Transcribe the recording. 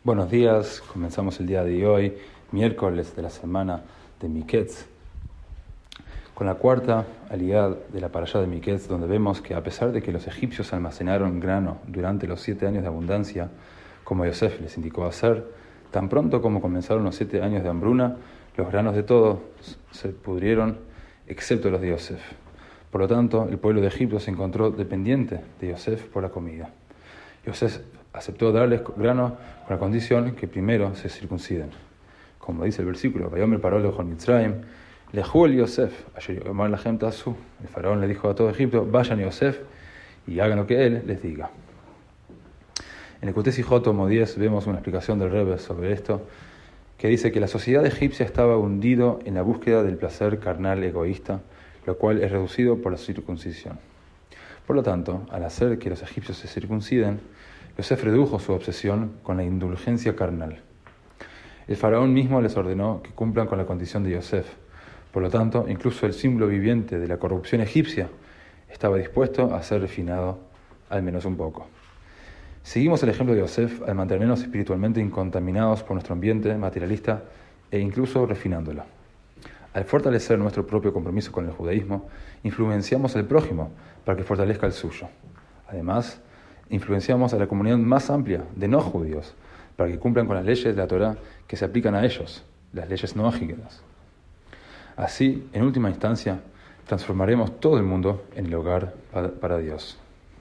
Buenos días, comenzamos el día de hoy, miércoles de la semana de Miketz, con la cuarta aliyá de la parashá de Miketz, donde vemos que a pesar de que los egipcios almacenaron grano durante los 7 años de abundancia, como Yosef les indicó hacer, tan pronto como comenzaron los 7 años de hambruna, los granos de todos se pudrieron, excepto los de Yosef. Por lo tanto, el pueblo de Egipto se encontró dependiente de Yosef por la comida. Yosef aceptó darles grano con la condición que primero se circunciden. Como dice el versículo, Vayomer paró lejón Mitzrayim, lejú el Yosef, ayer Omar la gente azú. El faraón le dijo a todo Egipto, vayan a Yosef y hagan lo que él les diga. En el Kutei tomo 10 vemos una explicación del Rebbe sobre esto, que dice que la sociedad egipcia estaba hundido en la búsqueda del placer carnal egoísta, lo cual es reducido por la circuncisión. Por lo tanto, al hacer que los egipcios se circunciden, Yosef redujo su obsesión con la indulgencia carnal. El faraón mismo les ordenó que cumplan con la condición de Yosef. Por lo tanto, incluso el símbolo viviente de la corrupción egipcia estaba dispuesto a ser refinado, al menos un poco. Seguimos el ejemplo de Yosef al mantenernos espiritualmente incontaminados por nuestro ambiente materialista e incluso refinándolo. Al fortalecer nuestro propio compromiso con el judaísmo, influenciamos al prójimo para que fortalezca el suyo. Además, influenciamos a la comunidad más amplia de no judíos para que cumplan con las leyes de la Torá que se aplican a ellos, las leyes noágicas. Así, en última instancia, transformaremos todo el mundo en el hogar para Dios.